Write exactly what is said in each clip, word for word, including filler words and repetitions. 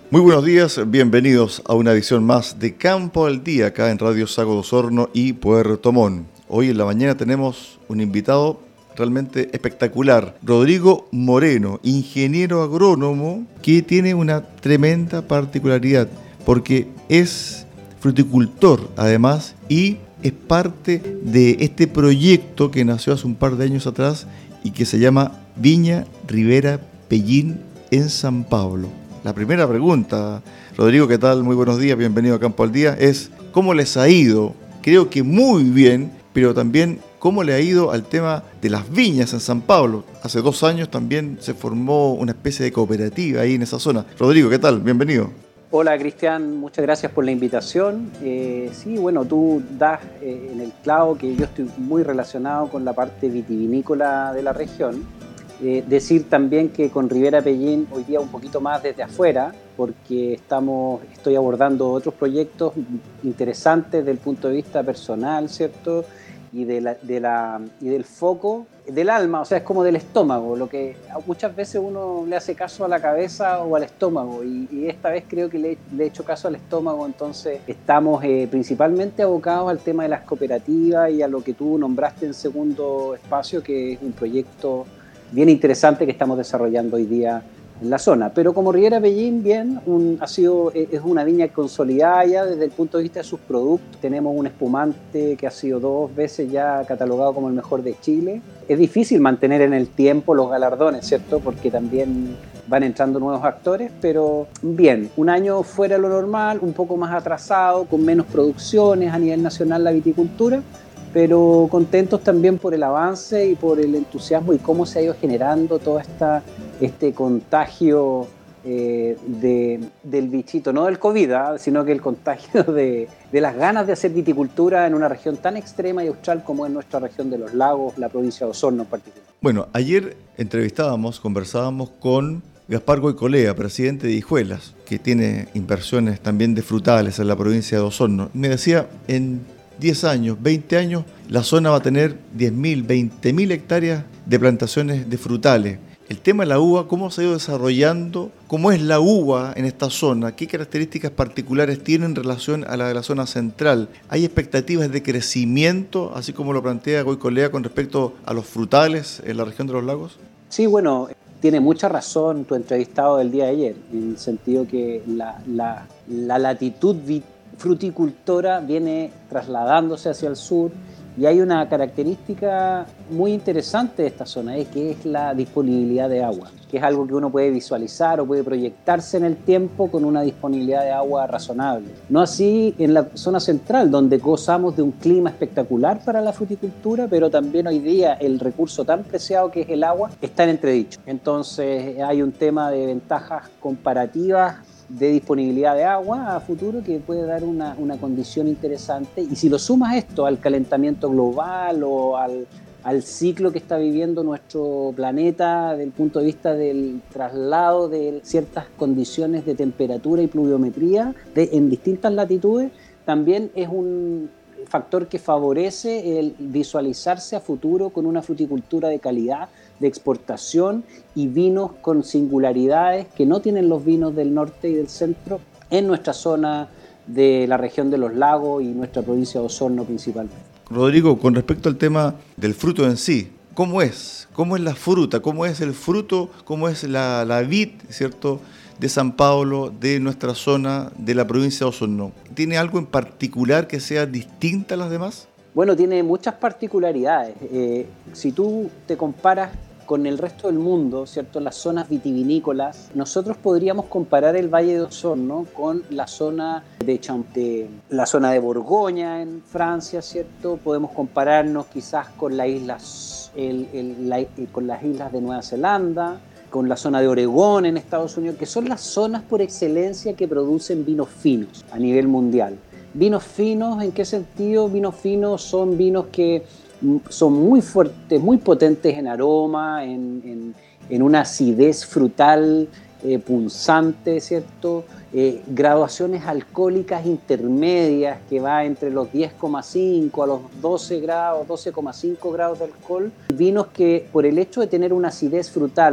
Muy buenos días, bienvenidos a una edición más de Campo al Día acá en Radio Sago de Osorno y Puerto Montt. Hoy en la mañana tenemos un invitado realmente espectacular, Rodrigo Moreno, ingeniero agrónomo que tiene una tremenda particularidad porque es fruticultor además y es parte de este proyecto que nació hace un par de años atrás y que se llama Viña Rivera Pellín en San Pablo. La primera pregunta, Rodrigo, ¿qué tal? Muy buenos días, bienvenido a Campo al Día, es ¿cómo les ha ido? Creo que muy bien, pero también ¿cómo le ha ido al tema de las viñas en San Pablo? Hace dos años también se formó una especie de cooperativa ahí en esa zona. Rodrigo, ¿qué tal? Bienvenido. Hola Cristian, muchas gracias por la invitación. Eh, sí, bueno, tú das eh, en el clavo que yo estoy muy relacionado con la parte vitivinícola de la región. Eh, decir también que con Rivera Pellín hoy día un poquito más desde afuera, porque estamos, estoy abordando otros proyectos interesantes desde el punto de vista personal, ¿cierto? Y, de la, de la, y del foco del alma, o sea, es como del estómago, lo que muchas veces uno le hace caso a la cabeza o al estómago, y, y esta vez creo que le, le he hecho caso al estómago, entonces estamos eh, principalmente abocados al tema de las cooperativas y a lo que tú nombraste en segundo espacio, que es un proyecto bien interesante que estamos desarrollando hoy día en la zona. Pero como Rivera Pellín, bien, un, ha sido, es una viña consolidada ya desde el punto de vista de sus productos. Tenemos un espumante que ha sido dos veces ya catalogado como el mejor de Chile. Es difícil mantener en el tiempo los galardones, ¿cierto? Porque también van entrando nuevos actores, pero bien, un año fuera de lo normal, un poco más atrasado, con menos producciones a nivel nacional la viticultura, pero contentos también por el avance y por el entusiasmo y cómo se ha ido generando todo esta, este contagio eh, de, del bichito, no del COVID, ¿eh? Sino que el contagio de, de las ganas de hacer viticultura en una región tan extrema y austral como es nuestra región de los lagos, la provincia de Osorno en particular. Bueno, ayer entrevistábamos, conversábamos con Gaspar Goicolea, presidente de Hijuelas, que tiene inversiones también de frutales en la provincia de Osorno. Me decía, en diez años, veinte años, la zona va a tener diez mil, veinte mil hectáreas de plantaciones de frutales. El tema de la uva, ¿cómo se ha ido desarrollando? ¿Cómo es la uva en esta zona? ¿Qué características particulares tiene en relación a la de la zona central? ¿Hay expectativas de crecimiento, así como lo plantea Goicolea, con respecto a los frutales en la región de los lagos? Sí, bueno, tiene mucha razón tu entrevistado del día de ayer, en el sentido que la, la, la latitud vital fruticultora viene trasladándose hacia el sur y hay una característica muy interesante de esta zona, es que es la disponibilidad de agua, que es algo que uno puede visualizar o puede proyectarse en el tiempo con una disponibilidad de agua razonable. No así en la zona central, donde gozamos de un clima espectacular para la fruticultura, pero también hoy día el recurso tan preciado que es el agua está en entredicho. Entonces hay un tema de ventajas comparativas de disponibilidad de agua a futuro que puede dar una, una condición interesante, y si lo sumas esto al calentamiento global o al, al ciclo que está viviendo nuestro planeta desde el punto de vista del traslado de ciertas condiciones de temperatura y pluviometría de, en distintas latitudes, también es un factor que favorece el visualizarse a futuro con una fruticultura de calidad, de exportación y vinos con singularidades que no tienen los vinos del norte y del centro en nuestra zona de la región de los lagos y nuestra provincia de Osorno principalmente. Rodrigo, con respecto al tema del fruto en sí, ¿cómo es? ¿Cómo es la fruta? ¿Cómo es el fruto? ¿Cómo es la, la vid, ¿cierto?, de San Pablo, de nuestra zona, de la provincia de Osorno? ¿Tiene algo en particular que sea distinta a las demás? Bueno, tiene muchas particularidades. Eh, si tú te comparas con el resto del mundo, ¿cierto?, las zonas vitivinícolas, nosotros podríamos comparar el Valle de Osorno con la zona de, de la zona de Borgoña en Francia, ¿cierto? Podemos compararnos quizás con, la isla, el, el, la, con las islas de Nueva Zelanda, con la zona de Oregón en Estados Unidos, que son las zonas por excelencia que producen vinos finos a nivel mundial. Vinos finos, ¿en qué sentido? Vinos finos son vinos que son muy fuertes, muy potentes en aroma, en, en, en una acidez frutal eh, punzante, ¿cierto? Eh, graduaciones alcohólicas intermedias que va entre los diez coma cinco a los doce grados, doce coma cinco grados de alcohol. Vinos que por el hecho de tener una acidez frutal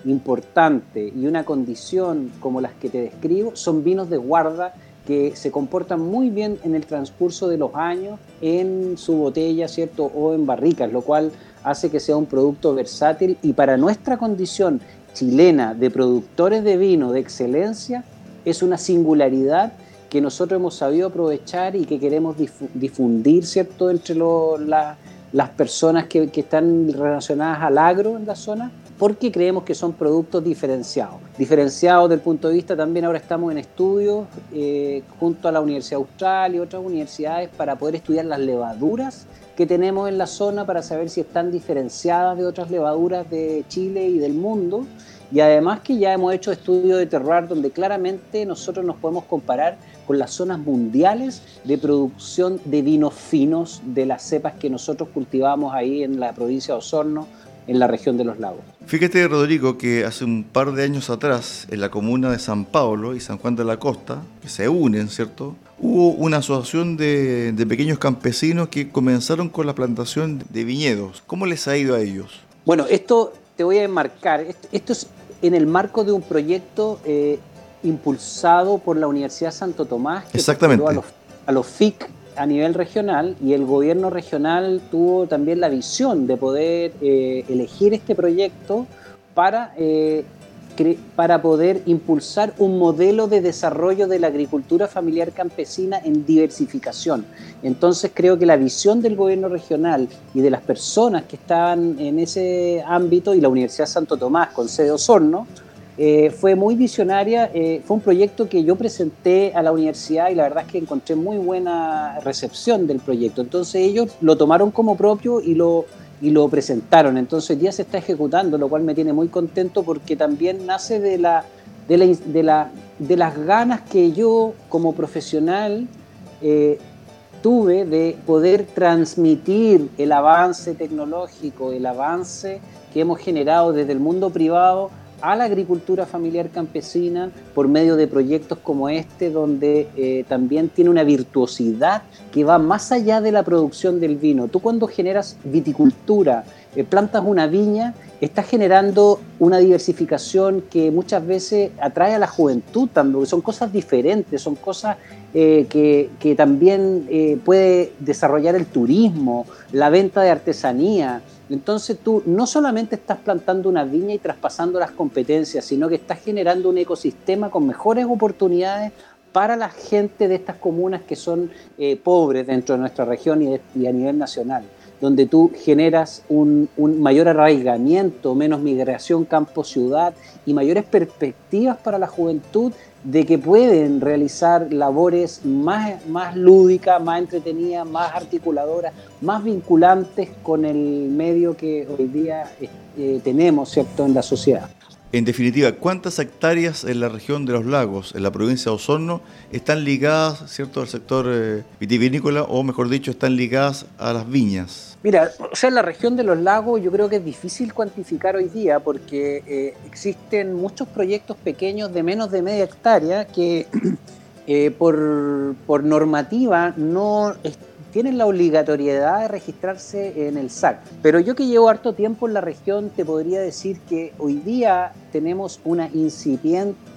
importante y una condición como las que te describo, son vinos de guarda que se comportan muy bien en el transcurso de los años en su botella, ¿cierto? O en barricas, lo cual hace que sea un producto versátil, y para nuestra condición chilena de productores de vino de excelencia es una singularidad que nosotros hemos sabido aprovechar y que queremos difundir, ¿cierto?, entre lo, la, las personas que, que están relacionadas al agro en la zona, porque creemos que son productos diferenciados. Diferenciados desde el punto de vista, también ahora estamos en estudios eh, junto a la Universidad Austral y otras universidades para poder estudiar las levaduras que tenemos en la zona para saber si están diferenciadas de otras levaduras de Chile y del mundo. Y además que ya hemos hecho estudios de terroir donde claramente nosotros nos podemos comparar con las zonas mundiales de producción de vinos finos de las cepas que nosotros cultivamos ahí en la provincia de Osorno, en la región de los lagos. Fíjate, Rodrigo, que hace un par de años atrás, en la comuna de San Pablo y San Juan de la Costa, que se unen, ¿cierto?, hubo una asociación de, de pequeños campesinos que comenzaron con la plantación de viñedos. ¿Cómo les ha ido a ellos? Bueno, esto te voy a enmarcar. Esto es en el marco de un proyecto eh, impulsado por la Universidad Santo Tomás, que Exactamente. A los, a los F I C a nivel regional, y el gobierno regional tuvo también la visión de poder eh, elegir este proyecto para, eh, cre- para poder impulsar un modelo de desarrollo de la agricultura familiar campesina en diversificación. Entonces creo que la visión del gobierno regional y de las personas que estaban en ese ámbito, y la Universidad Santo Tomás con sede Osorno, Eh, fue muy visionaria. Eh, fue un proyecto que yo presenté a la universidad y la verdad es que encontré muy buena recepción del proyecto. Entonces ellos lo tomaron como propio y lo, y lo presentaron. Entonces ya se está ejecutando, lo cual me tiene muy contento porque también nace de, la, de, la, de, la, de las ganas que yo como profesional eh, tuve de poder transmitir el avance tecnológico, el avance que hemos generado desde el mundo privado a la agricultura familiar campesina por medio de proyectos como este, donde eh, también tiene una virtuosidad que va más allá de la producción del vino. Tú cuando generas viticultura, eh, plantas una viña, estás generando una diversificación que muchas veces atrae a la juventud también, porque son cosas diferentes, son cosas eh, que, que también eh, puede desarrollar el turismo, la venta de artesanía. Entonces tú no solamente estás plantando una viña y traspasando las competencias, sino que estás generando un ecosistema con mejores oportunidades para la gente de estas comunas que son eh, pobres dentro de nuestra región y, de, y a nivel nacional, donde tú generas un, un mayor arraigamiento, menos migración campo-ciudad y mayores perspectivas para la juventud de que pueden realizar labores más, más lúdicas, más entretenidas, más articuladoras, más vinculantes con el medio que hoy día eh, tenemos, ¿cierto?, en la sociedad. En definitiva, ¿cuántas hectáreas en la región de los lagos, en la provincia de Osorno, están ligadas, ¿cierto?, al sector eh, vitivinícola, o mejor dicho, están ligadas a las viñas? Mira, o sea, en la región de los lagos yo creo que es difícil cuantificar hoy día porque eh, existen muchos proyectos pequeños de menos de media hectárea que eh, por, por normativa no es, tienen la obligatoriedad de registrarse en el S A C. Pero yo que llevo harto tiempo en la región te podría decir que hoy día tenemos una incipiente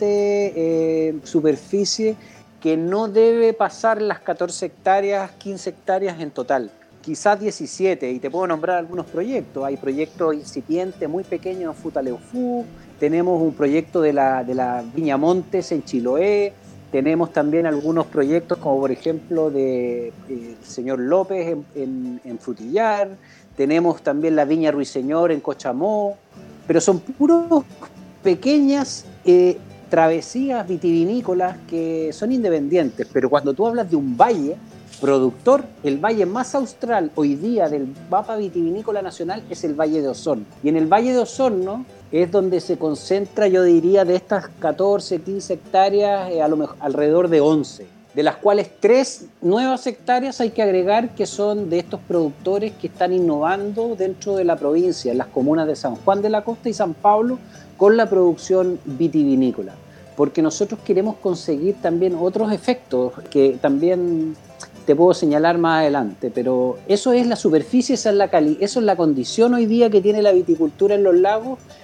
eh, superficie que no debe pasar las catorce hectáreas, quince hectáreas en total. Quizás diecisiete, y te puedo nombrar algunos proyectos. Hay proyectos incipientes muy pequeños en Futaleufú, tenemos un proyecto de la, de la Viña Montes en Chiloé, tenemos también algunos proyectos como por ejemplo de eh, el señor López en, en, en Frutillar, tenemos también la Viña Ruiseñor en Cochamó, pero son puros pequeñas eh, travesías vitivinícolas que son independientes. Pero cuando tú hablas de un valle productor, el valle más austral hoy día del mapa vitivinícola nacional es el Valle de Osorno. Y en el Valle de Osorno es donde se concentra, yo diría, de estas catorce, quince hectáreas, eh, a lo mejor alrededor de once, de las cuales tres nuevas hectáreas hay que agregar que son de estos productores que están innovando dentro de la provincia, en las comunas de San Juan de la Costa y San Pablo, con la producción vitivinícola. Porque nosotros queremos conseguir también otros efectos que también te puedo señalar más adelante, pero eso es la superficie, esa es la cali- eso es la condición hoy día que tiene la viticultura en los lagos,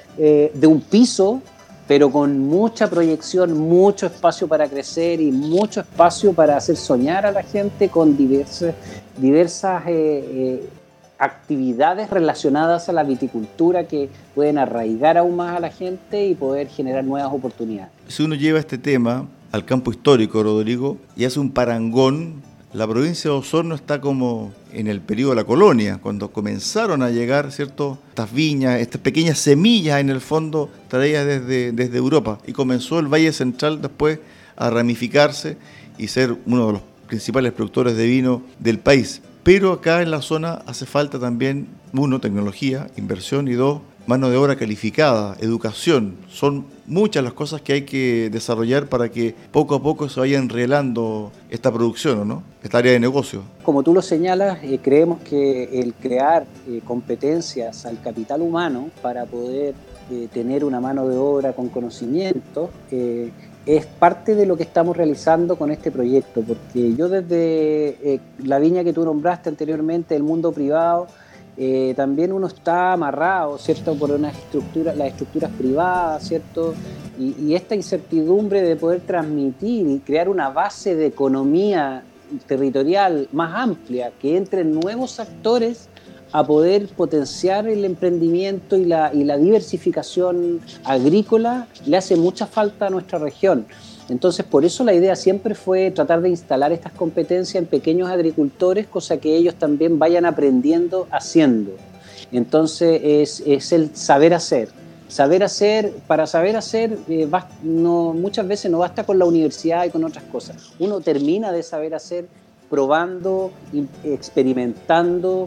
eh, de un piso, pero con mucha proyección, mucho espacio para crecer y mucho espacio para hacer soñar a la gente con diversas, diversas eh, eh, actividades relacionadas a la viticultura que pueden arraigar aún más a la gente y poder generar nuevas oportunidades. Si uno lleva este tema al campo histórico, Rodrigo, y hace un parangón, la provincia de Osorno está como en el periodo de la colonia, cuando comenzaron a llegar, ¿cierto?, estas viñas, estas pequeñas semillas en el fondo traídas desde, desde Europa, y comenzó el Valle Central después a ramificarse y ser uno de los principales productores de vino del país. Pero acá en la zona hace falta también, uno, tecnología, inversión, y dos, mano de obra calificada, educación. Son muchas las cosas que hay que desarrollar para que poco a poco se vaya enrielando esta producción, ¿no? Esta área de negocio. Como tú lo señalas, eh, creemos que el crear eh, competencias al capital humano para poder eh, tener una mano de obra con conocimiento eh, es parte de lo que estamos realizando con este proyecto, porque yo desde eh, la viña que tú nombraste anteriormente, el mundo privado, Eh, también uno está amarrado, ¿cierto?, por unas estructuras, las estructuras privadas, ¿cierto?, y, y esta incertidumbre de poder transmitir y crear una base de economía territorial más amplia, que entren nuevos actores a poder potenciar el emprendimiento y la, y la diversificación agrícola, le hace mucha falta a nuestra región. Entonces, por eso la idea siempre fue tratar de instalar estas competencias en pequeños agricultores, cosa que ellos también vayan aprendiendo haciendo. Entonces, es, es el saber hacer. Saber hacer, para saber hacer, eh, bast- no, muchas veces no basta con la universidad y con otras cosas. Uno termina de saber hacer probando, experimentando,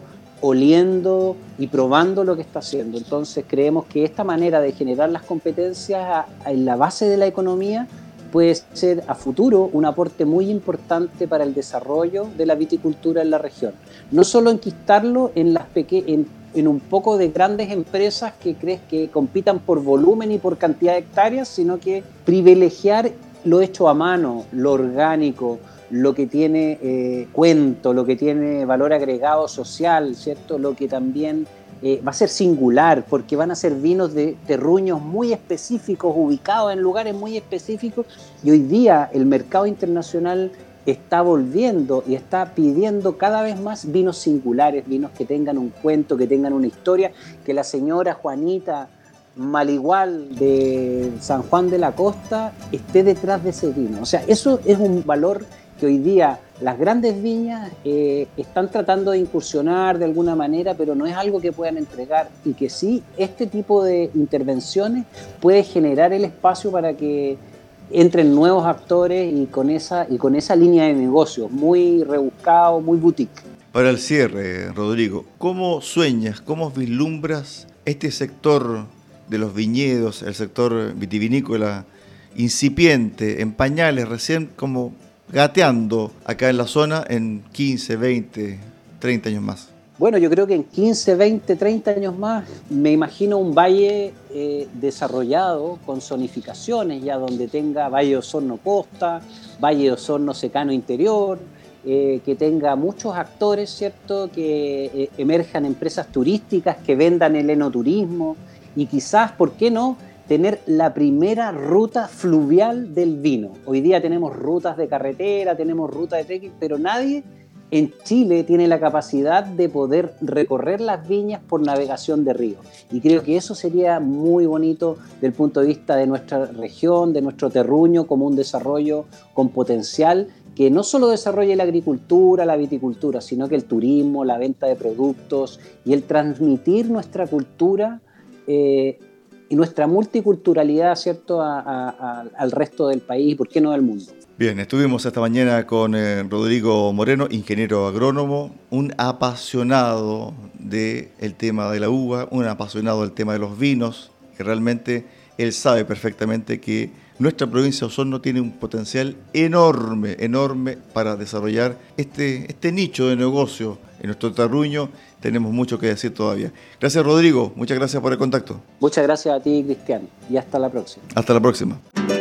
oliendo y probando lo que está haciendo. Entonces, creemos que esta manera de generar las competencias a, a, en la base de la economía puede ser a futuro un aporte muy importante para el desarrollo de la viticultura en la región. No solo enquistarlo en, las peque- en, en un poco de grandes empresas que crees que compitan por volumen y por cantidad de hectáreas, sino que privilegiar lo hecho a mano, lo orgánico, lo que tiene eh, cuento, lo que tiene valor agregado social, ¿cierto? Lo que también Eh, va a ser singular, porque van a ser vinos de terruños muy específicos, ubicados en lugares muy específicos, y hoy día el mercado internacional está volviendo y está pidiendo cada vez más vinos singulares, vinos que tengan un cuento, que tengan una historia, que la señora Juanita Maligual de San Juan de la Costa esté detrás de ese vino. O sea, eso es un valor que hoy día las grandes viñas eh, están tratando de incursionar de alguna manera, pero no es algo que puedan entregar, y que sí, este tipo de intervenciones puede generar el espacio para que entren nuevos actores y con esa, y con esa línea de negocios muy rebuscado, muy boutique. Para el cierre, Rodrigo, ¿cómo sueñas, cómo vislumbras este sector de los viñedos, el sector vitivinícola incipiente, en pañales, recién como gateando acá en la zona en quince, veinte, treinta años más? Bueno, yo creo que en quince, veinte, treinta años más me imagino un valle eh, desarrollado con zonificaciones, ya donde tenga Valle de Osorno Costa, Valle de Osorno Secano Interior, eh, que tenga muchos actores, ¿cierto?, que eh, emerjan empresas turísticas que vendan el enoturismo, y quizás, ¿por qué no?, tener la primera ruta fluvial del vino. Hoy día tenemos rutas de carretera, tenemos rutas de trekking, pero nadie en Chile tiene la capacidad de poder recorrer las viñas por navegación de río. Y creo que eso sería muy bonito desde el punto de vista de nuestra región, de nuestro terruño, como un desarrollo con potencial que no solo desarrolle la agricultura, la viticultura, sino que el turismo, la venta de productos y el transmitir nuestra cultura eh, y nuestra multiculturalidad, ¿cierto?, a, a, a, al resto del país y, ¿por qué no, del mundo? Bien, estuvimos esta mañana con eh, Rodrigo Moreno, ingeniero agrónomo, un apasionado del tema de la uva, un apasionado del tema de los vinos, que realmente él sabe perfectamente que nuestra provincia de Osorno tiene un potencial enorme, enorme para desarrollar este, este nicho de negocio en nuestro terruño. Tenemos mucho que decir todavía. Gracias, Rodrigo. Muchas gracias por el contacto. Muchas gracias a ti, Cristian. Y hasta la próxima. Hasta la próxima.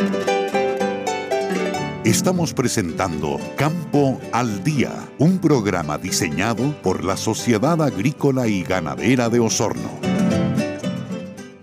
Estamos presentando Campo al Día, un programa diseñado por la Sociedad Agrícola y Ganadera de Osorno.